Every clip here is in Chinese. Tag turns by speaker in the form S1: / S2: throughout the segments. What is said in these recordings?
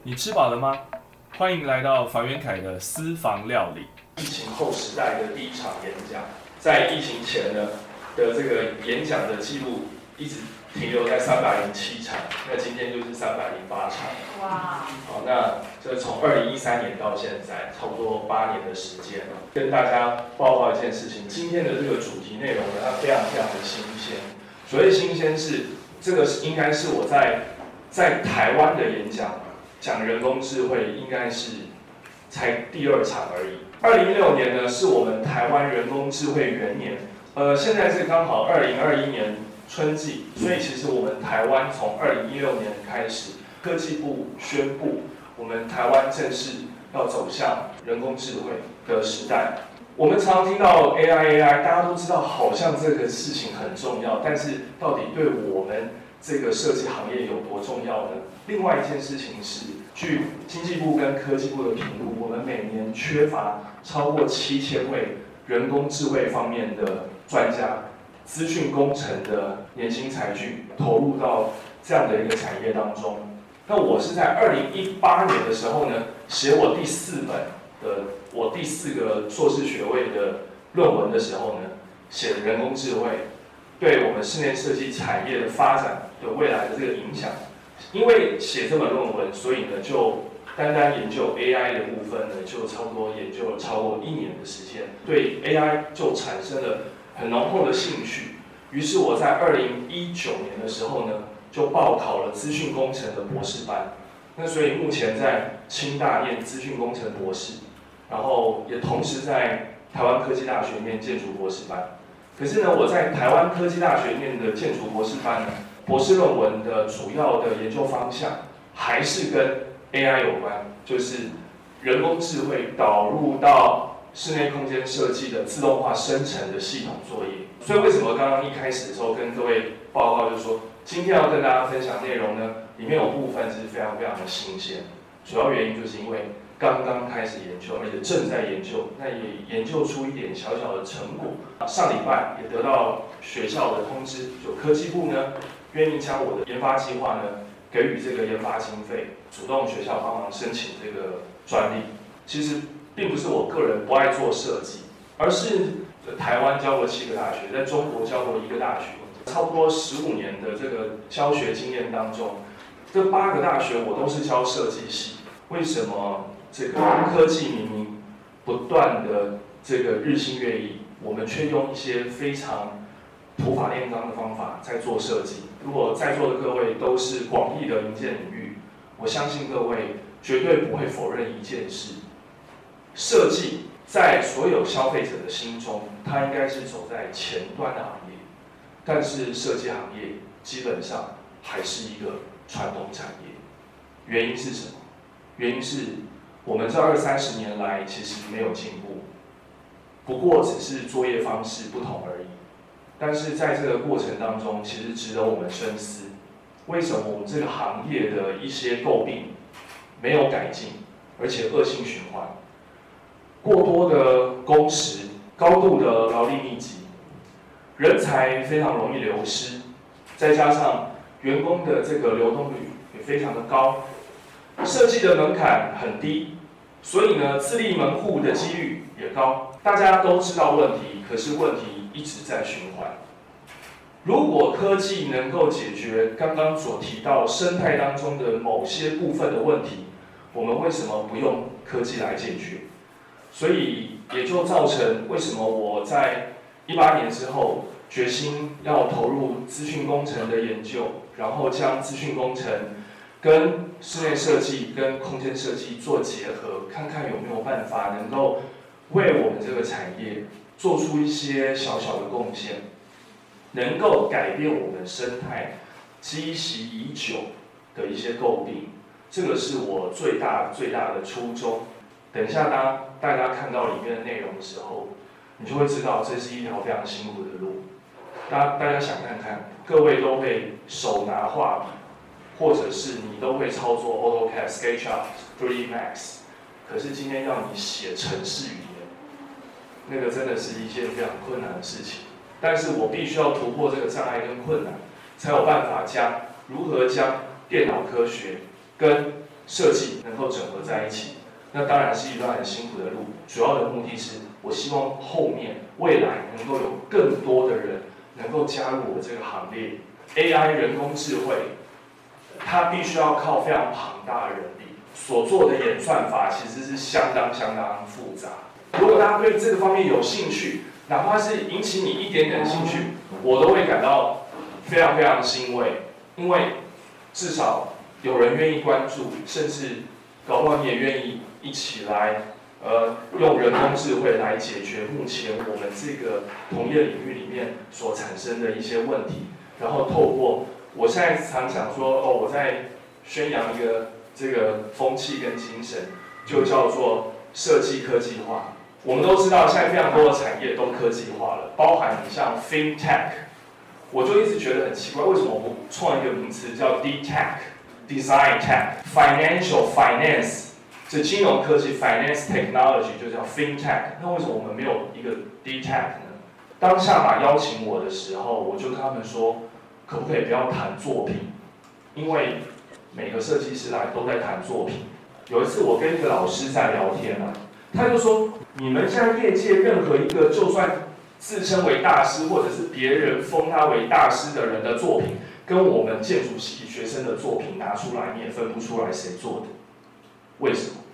S1: 你吃饱了吗？欢迎来到房元凯的私房料理。
S2: 疫情后时代的第一场演讲，在疫情前呢的这个演讲的记录一直停留在307场，那今天就是308场。哇！好，那这从2013年到现在，差不多8年的时间，跟大家报告一件事情。今天的这个主题内容呢，它非常的新鲜。所谓新鲜是，这个应该是我在台湾的演讲，讲人工智慧应该是才第2场而已。2016年呢，是我们台湾人工智慧元年，现在是刚好2021年春季，所以其实我们台湾从2016年开始，科技部宣布，我们台湾正式要走向人工智慧的时代。我们常听到 AI， 大家都知道好像这个事情很重要，但是到底对我们这个设计行业有多重要呢？另外一件事情是，据经济部跟科技部的评估，我们每年缺乏超过7000位人工智慧方面的专家，资讯工程的年轻才俊投入到这样的一个产业当中。那我是在2018年的时候呢，写我第4本的我第4个硕士学位的论文的时候呢，写的人工智慧对我们室内设计产业的发展的未来的这个影响。因为写这本论文，所以呢就单研究 AI 的部分呢，就差不多研究了超过1年的时间，对 AI 就产生了很浓厚的兴趣。于是我在2019年的时候呢，就报考了资讯工程的博士班。那所以目前在清大念资讯工程博士，然后也同时在台湾科技大学念建筑博士班。可是呢，我在台湾科技大学念的建筑博士班呢，博士论文的主要的研究方向还是跟 AI 有关，就是人工智慧导入到室内空间设计的自动化生成的系统作业。所以为什么刚刚一开始的时候跟各位报告，就是说今天要跟大家分享内容呢，里面有部分是非常的新鲜，主要原因就是因为刚刚开始研究，而且正在研究，那也研究出一点小的成果。上礼拜也得到学校的通知，就科技部呢愿意将我的研发计划呢给予这个研发经费，主动学校帮忙申请这个专利。其实并不是我个人不爱做设计，而是台湾教过7个大学，在中国教过1个大学，差不多15年的这个教学经验当中，这8个大学我都是教设计系。为什么这个科技明明不断的这个日新月异，我们却用一些非常土法炼钢的方法在做设计？如果在座的各位都是广义的营建领域，我相信各位绝对不会否认一件事：设计在所有消费者的心中，它应该是走在前端的行业，但是设计行业基本上还是一个传统产业。原因是什么？原因是我们这20-30年来其实没有进步，不过只是作业方式不同而已。但是在这个过程当中，其实值得我们深思，为什么我们这个行业的一些诟病没有改进，而且恶性循环？过多的工时，高度的劳力密集，人才非常容易流失，再加上员工的这个流动率也非常的高，设计的门槛很低，所以呢，自立门户的几率也高。大家都知道问题，可是问题一直在循环。如果科技能够解决刚刚所提到生态当中的某些部分的问题，我们为什么不用科技来解决？所以也就造成为什么我在18年之后决心要投入资讯工程的研究，然后将资讯工程跟室内设计跟空间设计做结合，看看有没有办法能够为我们这个产业做出一些小的贡献，能够改变我们生态积习已久的一些诟病。这个是我最大的初衷。等一下大家看到里面的内容的时候，你就会知道这是一条非常辛苦的路。大家想看看，各位都会手拿画笔，或者是你都会操作 AutoCAD、SketchUp、3D Max， 可是今天要你写程式语言，那个真的是一件非常困难的事情。但是我必须要突破这个障碍跟困难，才有办法如何将电脑科学跟设计能够整合在一起。那当然是一段很辛苦的路，主要的目的是我希望后面未来能够有更多的人能够加入我这个行列。AI 人工智慧，它必须要靠非常庞大的人力，所做的演算法其实是相当复杂。如果大家对这个方面有兴趣，哪怕是引起你一点点的兴趣，我都会感到非常欣慰，因为至少有人愿意关注，甚至搞不好你也愿意一起来，用人工智慧来解决目前我们这个同业领域里面所产生的一些问题，然后透过我现在常讲说，我在宣扬一个这个风气跟精神，就叫做设计科技化。我们都知道，现在非常多的产业都科技化了，包含你像 FinTech， 我就一直觉得很奇怪，为什么我不创一个名词叫 DTech、Design Tech、Financial Finance， 这金融科技 Finance Technology 就叫 FinTech， 那为什么我们没有一个 DTech 呢？当下马邀请我的时候，我就跟他们说，可不可以不要谈作品，因为每个设计师来都在谈作品。有一次我跟一个老师在聊天啊，他就说，你们现在业界任何一个就算自称为大师，或者是别人封他为大师的人的作品，跟我们建筑系学生的作品拿出来，你也分不出来谁做的。为什么？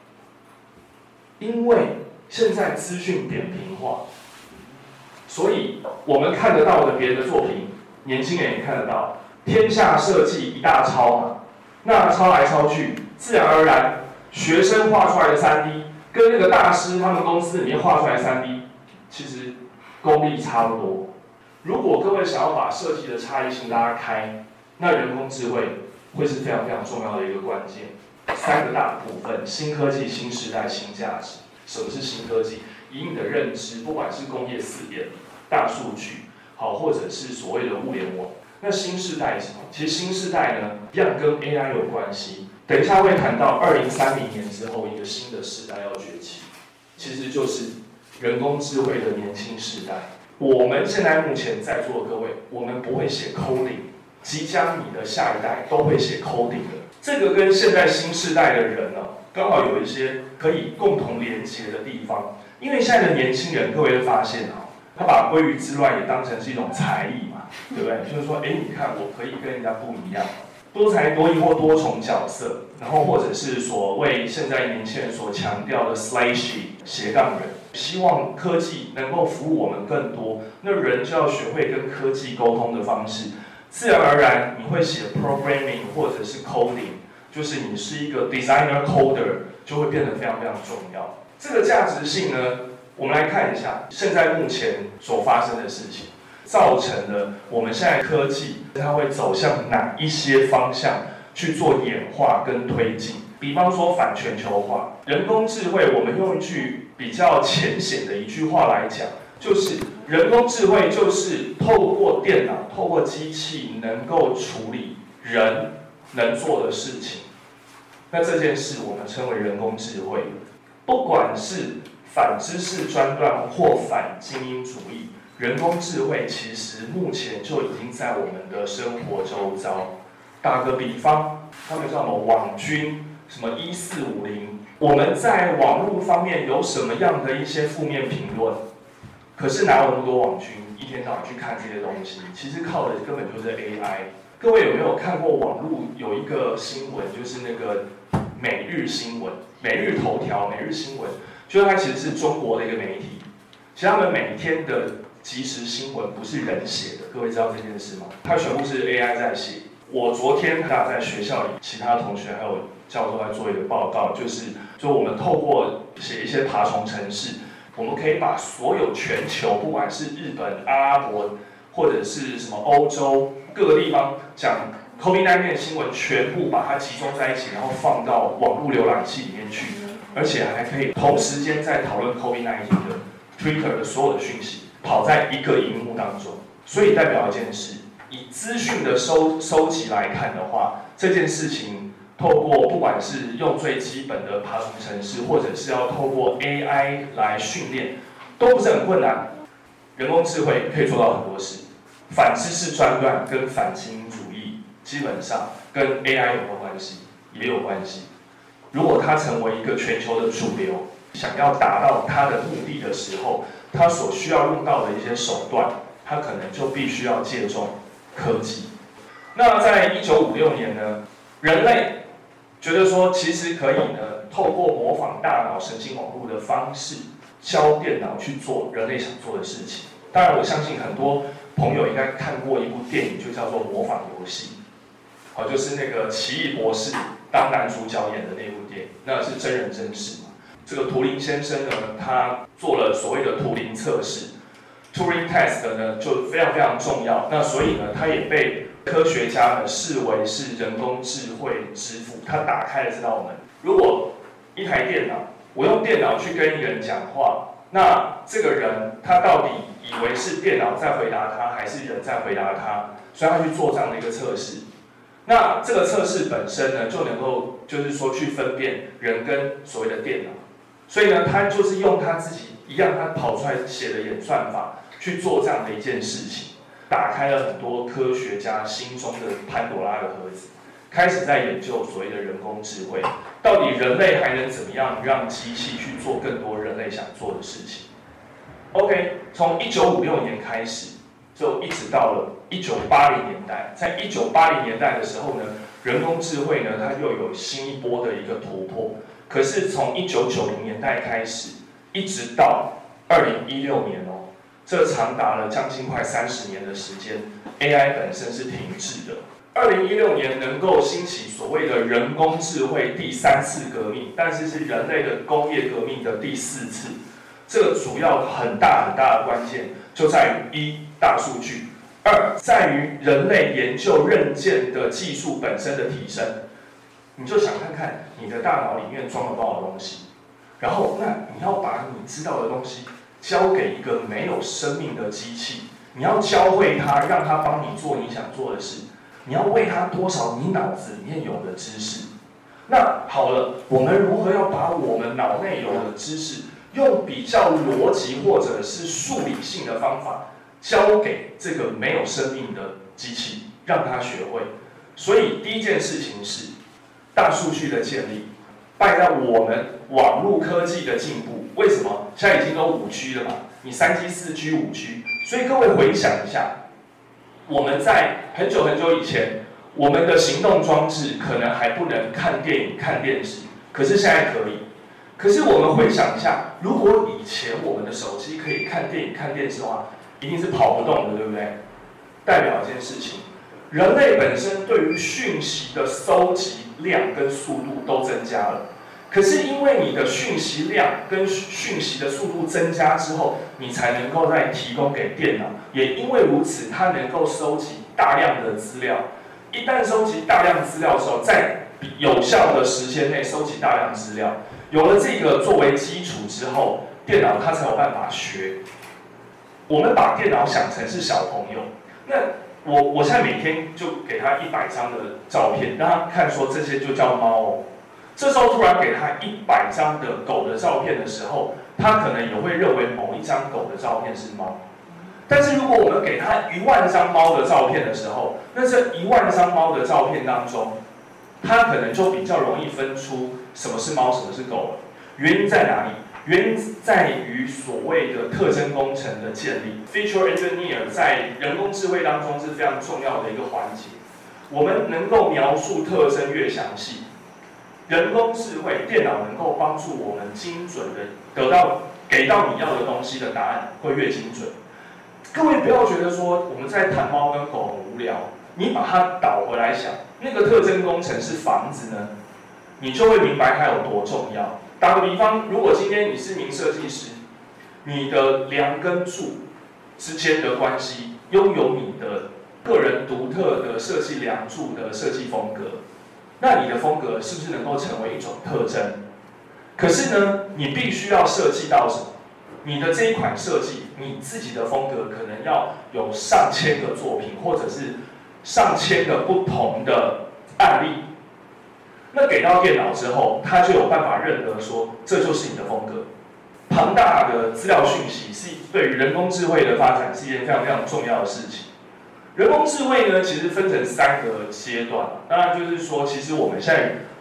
S2: 因为现在资讯扁平化，所以我们看得到的别人的作品，年轻人也看得到。天下设计一大抄嘛，那抄来抄去，自然而然，学生画出来的3D。跟那个大师他们公司里面画出来的3D， 其实功力差不多。如果各位想要把设计的差异性拉开，那人工智慧会是非常重要的一个关键。3个大部分：新科技、新时代、新价值。什么是新科技？以你的认知，不管是工业4.0、大数据，好，或者是所谓的物联网。那新时代是什么？其实新时代呢，一样跟 AI 有关系。等一下会谈到2030年之后一个新的时代要崛起，其实就是人工智慧的年轻时代。我们现在目前在座的各位，我们不会写 coding， 即将你的下一代都会写 coding 的。这个跟现在新世代的人呢，刚好有一些可以共同连结的地方。因为现在的年轻人，各位会发现啊，他把鲑鱼之乱也当成是一种才艺嘛，对不对？就是说，你看我可以跟人家不一样。多才多艺或多重角色，然后或者是所谓现在年轻人所强调的 slashy 斜杠人，希望科技能够服务我们更多，那人就要学会跟科技沟通的方式，自然而然你会写 programming 或者是 coding， 就是你是一个 designer coder， 就会变得非常重要。这个价值性呢，我们来看一下现在目前所发生的事情。造成了我们现在科技它会走向哪一些方向去做演化跟推进。比方说反全球化，人工智慧，我们用一句比较浅显的一句话来讲，就是人工智慧就是透过电脑、透过机器能够处理人能做的事情。那这件事我们称为人工智慧。不管是反知识专断或反精英主义，人工智慧其实目前就已经在我们的生活周遭。打个比方，他们叫什么网军，什么1450，我们在网络方面有什么样的一些负面评论？可是哪有那么多网军一天到晚去看这些东西？其实靠的根本就是 AI。各位有没有看过网络有一个新闻，就是那个每日新闻、每日头条、每日新闻，就是它其实是中国的一个媒体。其实他们每天的即时新闻不是人写的，各位知道这件事吗？它全部是 AI 在写。我昨天在学校里，其他同学还有教授在做一个报告，就是我们透过写一些爬虫程式，我们可以把所有全球，不管是日本、阿拉伯，或者是什么欧洲各个地方讲 COVID-19 的新闻，全部把它集中在一起，然后放到网络浏览器里面去，而且还可以同时间在讨论 COVID-19 的 Twitter 的所有的讯息，跑在一个荧幕当中。所以代表一件事，以资讯的收集来看的话，这件事情透过不管是用最基本的爬虫程式，或者是要透过 AI 来训练，都不是很困难。人工智慧可以做到很多事，反知识专断跟反精英主义基本上跟 AI 有没有关系？ 也有关系。如果它成为一个全球的主流，想要达到它的目的的时候，它所需要用到的一些手段，它可能就必须要借重科技。那在1956年呢，人类觉得说，其实可以呢，透过模仿大脑神经网络的方式，教电脑去做人类想做的事情。当然，我相信很多朋友应该看过一部电影，就叫做《模仿游戏》，好，就是那个奇异博士当男主角演的那部电影，那是真人真事嘛。这个图灵先生呢，他做了所谓的图灵测试 ，Turing Test 呢就非常非常重要。那所以呢，他也被科学家呢视为是人工智慧之父。他打开了这道门。如果一台电脑，我用电脑去跟一个人讲话，那这个人他到底以为是电脑在回答他，还是人在回答他？所以他去做这样的一个测试。那这个测试本身呢，就能够就是说去分辨人跟所谓的电脑。所以呢，他就是用他自己一样，他跑出来写的演算法去做这样的一件事情，打开了很多科学家心中的潘朵拉的盒子，开始在研究所谓的人工智慧，到底人类还能怎么样让机器去做更多人类想做的事情 ？OK， 从1956年开始，就一直到了1980年代，在1980年代的时候呢，人工智慧呢，它又有新一波的一个突破。可是从1990年代开始，一直到2016年哦，这长达了将近快30年的时间 ，AI 本身是停滞的。2016年能够兴起所谓的人工智慧第3次革命，但是是人类的工业革命的第4次。这个主要很大的关键就在于1大数据，2在于人类研究韧件的技术本身的提升。你就想看看你的大脑里面装了多少东西，然后那你要把你知道的东西交给一个没有生命的机器，你要教会它，让它帮你做你想做的事，你要喂它多少你脑子里面有的知识。那好了，我们如何要把我们脑内有的知识，用比较逻辑或者是数理性的方法，交给这个没有生命的机器，让它学会。所以第一件事情是大数据的建立，拜在我们网络科技的进步。为什么？现在已经都5G 了嘛，你3G、4G、5G， 所以各位回想一下，我们在很久很久以前，我们的行动装置可能还不能看电影、看电视，可是现在可以。可是我们回想一下，如果以前我们的手机可以看电影、看电视的话，一定是跑不动的，对不对？代表一件事情，人类本身对于讯息的搜集量跟速度都增加了，可是因为你的讯息量跟讯息的速度增加之后，你才能够再提供给电脑，也因为如此，它能够收集大量的资料。一旦收集大量资料之后，在有效的时间内收集大量资料，有了这个作为基础之后，电脑它才有办法学。我们把电脑想成是小朋友，那我现在每天就给他100张的照片，让他看说这些就叫猫哦。这时候突然给他100张的狗的照片的时候，他可能也会认为某一张狗的照片是猫。但是如果我们给他10000张猫的照片的时候，那这10000张猫的照片当中，他可能就比较容易分出什么是猫，什么是狗了。原因在哪里？原因在于所谓的特征工程的建立 ，feature engineer 在人工智慧当中是非常重要的一个环节。我们能够描述特征越详细，人工智慧电脑能够帮助我们精准的给到你要的东西的答案会越精准。各位不要觉得说我们在谈猫跟狗很无聊，你把它倒回来想，那个特征工程是房子呢，你就会明白它有多重要。打个比方，如果今天你是名设计师，你的梁跟柱之间的关系拥有你的个人独特的设计梁柱的设计风格，那你的风格是不是能够成为一种特征？可是呢，你必须要设计到什么？你的这一款设计，你自己的风格可能要有上千个作品，或者是上千个不同的案例。那给到电脑之后，它就有办法认得说这就是你的风格。庞大的资料讯息是对于人工智慧的发展是一件非常非常重要的事情。人工智慧呢，其实分成3个阶段。当然就是说，其实我们现在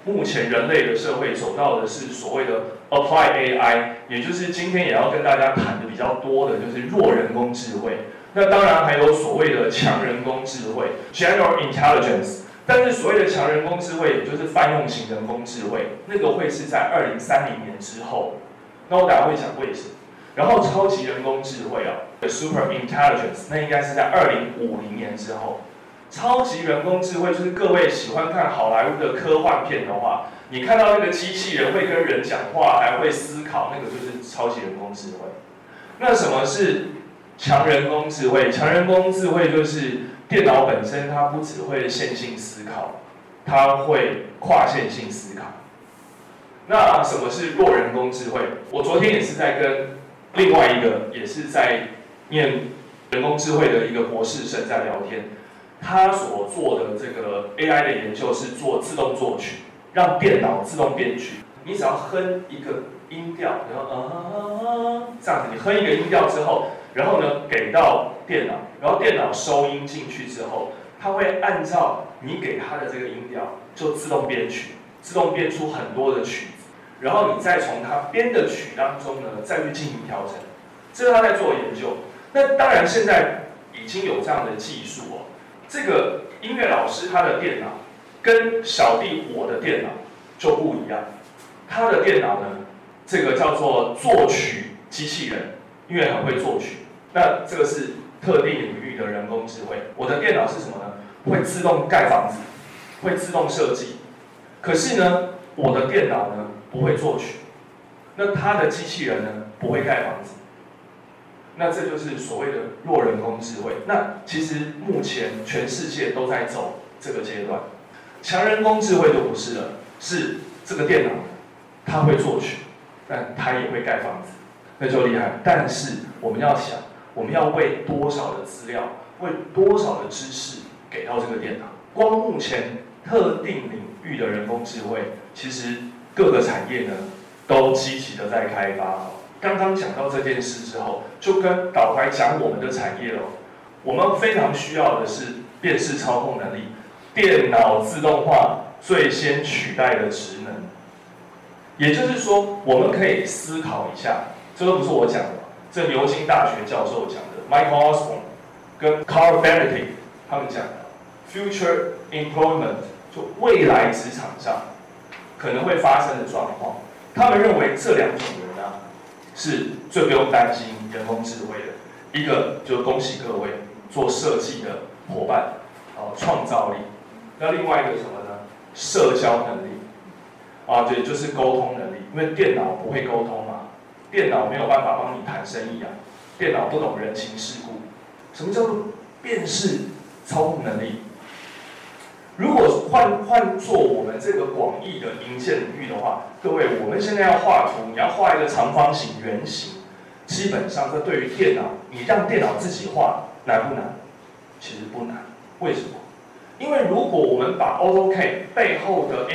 S2: 目前人类的社会走到的是所谓的 Apply AI， 也就是今天也要跟大家谈的比较多的，就是弱人工智慧。那当然还有所谓的强人工智慧 （General Intelligence）， 但是所谓的强人工智慧，也就是泛用型人工智慧，那个会是在2030年之后。那我等下会讲为什么。然后超级人工智慧啊 ，Super Intelligence， 那应该是在2050年之后。超级人工智慧就是各位喜欢看好莱坞的科幻片的话，你看到那个机器人会跟人讲话，还会思考，那个就是超级人工智慧。那什么是强人工智慧？强人工智慧就是电脑本身它不只会线性思考，它会跨线性思考。那什么是弱人工智慧？我昨天也是在跟另外一个也是在念人工智慧的一个博士生在聊天。他所做的这个 AI 的研究是做自动作曲，让电脑自动编曲。你只要哼一个音调，然后这样子，你哼一个音调之后，然后呢给到电脑，然后电脑收音进去之后，它会按照你给它的这个音调，就自动编曲，自动编出很多的曲子，然后你再从它编的曲当中呢再去进行调整。这是他在做研究。那当然现在已经有这样的技术哦。这个音乐老师他的电脑跟小弟我的电脑就不一样，他的电脑呢，这个叫做作曲机器人，因为很会作曲。那这个是特定领域的人工智慧。我的电脑是什么呢？会自动盖房子，会自动设计。可是呢，我的电脑呢不会作曲，那他的机器人呢不会盖房子。那这就是所谓的弱人工智慧。那其实目前全世界都在走这个阶段。强人工智慧就不是了，是这个电脑它会作曲，但它也会盖房子，那就厉害。但是我们要想，我们要喂多少的资料，喂多少的知识给到这个电脑。光目前特定领域的人工智慧，其实各个产业呢都积极的在开发。刚刚讲到这件事之后，就跟导回讲我们的产业了。我们非常需要的是辨识操控能力，电脑自动化最先取代的职能。也就是说，我们可以思考一下，这个不是我讲的，这牛津大学教授讲的 ，Michael Osborne 跟 Carl Benedict 他们讲的 ，future employment 就未来职场上可能会发生的状况。他们认为这两种人啊，是最不用担心人工智慧的。一个就恭喜各位做设计的伙伴，创造力。那另外一个什么呢？社交能力。对，就是沟通能力。因为电脑不会沟通嘛，电脑没有办法帮你谈生意啊，电脑不懂人情世故。什么叫做辨识操控能力？如果换做我们这个广义的营建领域的话，各位，我们现在要画图，你要画一个长方形、圆形，基本上这对于电脑，你让电脑自己画难不难？其实不难。为什么？因为如果我们把 AutoCAD 背后的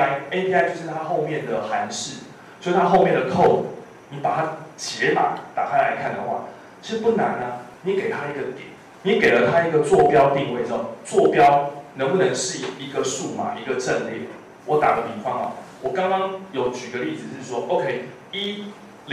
S2: API 就是它后面的函式，就是它后面的 code， 你把它解码打开来看的话，其实不难啊。你给它一个点，你给了它一个坐标定位之后，坐标能不能是一个数码一个阵列？我打个比方啊，我刚刚有举个例子是说 ，OK， 1000101010，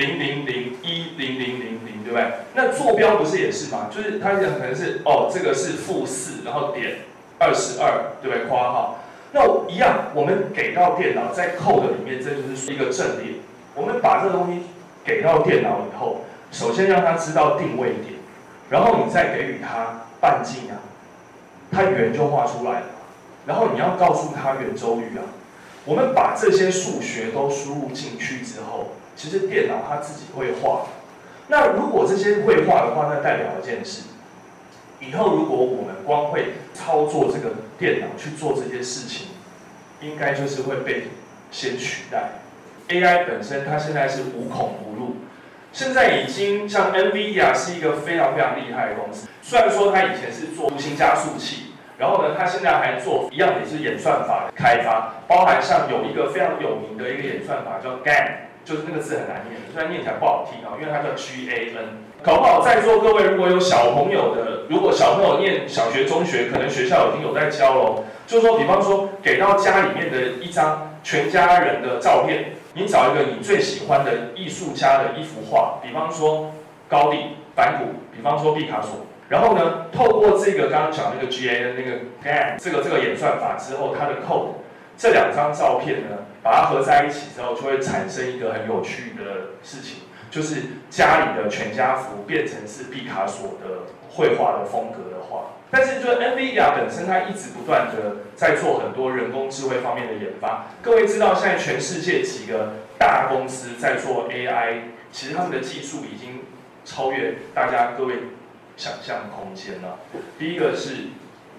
S2: 对不对？那坐标不是也是吗？就是它可能是这个是-4，然后点22，对不对？括号。那一样，我们给到电脑在 code 里面，这就是一个阵列。我们把这个东西给到电脑以后，首先让它知道定位点，然后你再给予它半径啊。它圆就画出来了，然后你要告诉它圆周率啊。我们把这些数学都输入进去之后，其实电脑它自己会画。那如果这些会画的话，那代表一件事：以后如果我们光会操作这个电脑去做这些事情，应该就是会被先取代。AI 本身它现在是无孔不入，现在已经像 NVIDIA 是一个非常非常厉害的公司。虽然说它以前是做图形加速器，然后呢，它现在还做一样也是演算法的开发，包含像有一个非常有名的一个演算法叫 GAN， 就是那个字很难念，虽然念起来不好听啊，因为它叫 GAN。搞不好在座各位如果有小朋友的，如果小朋友念小学、中学，可能学校已经有在教了。就是说，比方说给到家里面的一张全家人的照片，你找一个你最喜欢的艺术家的一幅画，比方说高第、梵谷，比方说毕卡索。然后呢，透过这个刚刚讲那个 GA 的那个 GAN 这个演算法之后，它的 code 这2张照片呢，把它合在一起之后，就会产生一个很有趣的事情，就是家里的全家福变成是毕卡索的绘画的风格的画。但是就 NVIDIA 本身，它一直不断的在做很多人工智慧方面的研发。各位知道，现在全世界几个大公司在做 AI， 其实他们的技术已经超越大家各位想象空间了。第一个是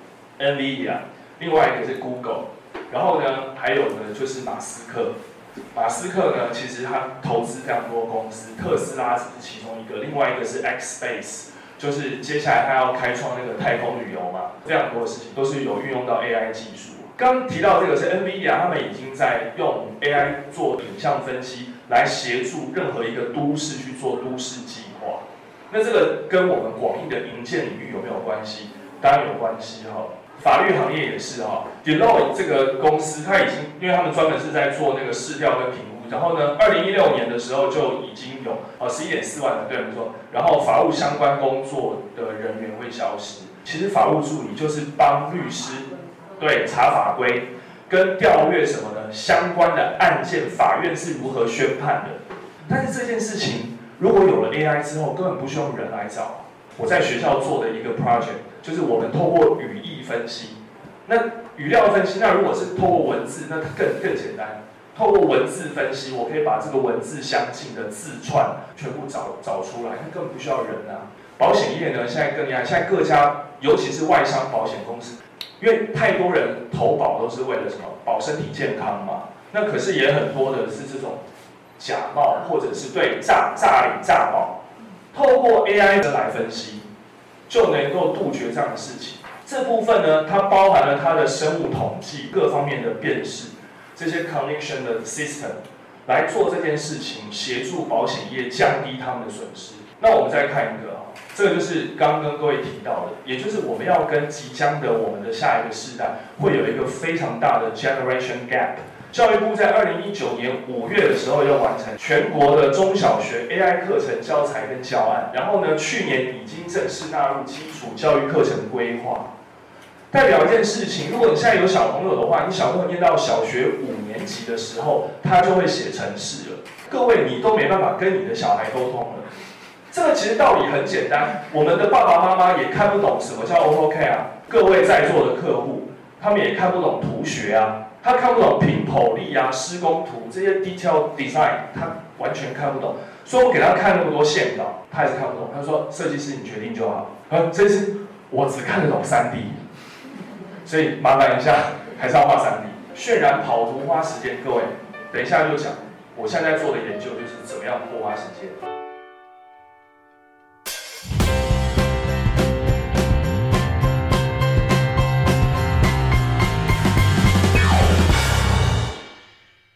S2: NVIDIA， 另外一个是 Google， 然后呢，还有呢就是马斯克。马斯克呢，其实他投资非常多公司，特斯拉只是其中一个，另外一个是 X-Space。就是接下来他要开创那个太空旅游嘛，非常多的事情都是有运用到 AI 技术。刚提到这个是 NVIDIA， 他们已经在用 AI 做影像分析，来协助任何一个都市去做都市计划。那这个跟我们广义的营建领域有没有关系？当然有关系哈。法律行业也是哈 ，Deloitte 这个公司，它已经因为他们专门是在做那个市调跟评估。然后呢，2016年的时候就已经有11.4万人，对没错。然后法务相关工作的人员会消失。其实法务助理就是帮律师对查法规跟调阅什么呢相关的案件，法院是如何宣判的。但是这件事情如果有了 AI 之后，根本不需要人来找。我在学校做的一个 project 就是我们透过语义分析，那语料分析，那如果是透过文字，那更简单。透过文字分析，我可以把这个文字相近的字串全部找出来，那根本不需要人啊。保险业呢，现在更厉害，现在各家，尤其是外商保险公司，因为太多人投保都是为了什么？保身体健康嘛。那可是也很多的是这种假冒，或者是对诈领诈保，透过 AI 来分析，就能够杜绝这样的事情。这部分呢，它包含了它的生物统计各方面的辨识。这些 connection 的 system 来做这件事情，协助保险业降低他们的损失。那我们再看一个啊，这个就是刚跟各位提到的，也就是我们要跟即将的我们的下一个世代会有一个非常大的 generation gap。教育部在2019年5月的时候要完成全国的中小学 AI 课程教材跟教案，然后呢，去年已经正式纳入基础教育课程规划。代表一件事情，如果你现在有小朋友的话，你小朋友念到小学5年级的时候，他就会写程式了。各位，你都没办法跟你的小孩沟通了。这个其实道理很简单，我们的爸爸妈妈也看不懂什么叫 AutoCAD 啊。各位在座的客户，他们也看不懂图学啊，他看不懂平剖力啊、施工图这些 detail design， 他完全看不懂。所以我给他看那么多线稿，他还是看不懂。他说：“设计师，你决定就好。”设计师，我只看得懂3D。所以麻烦一下，还是要画3D。渲染跑图花时间，各位，等一下就讲。我现在做的研究就是怎么样破花时间。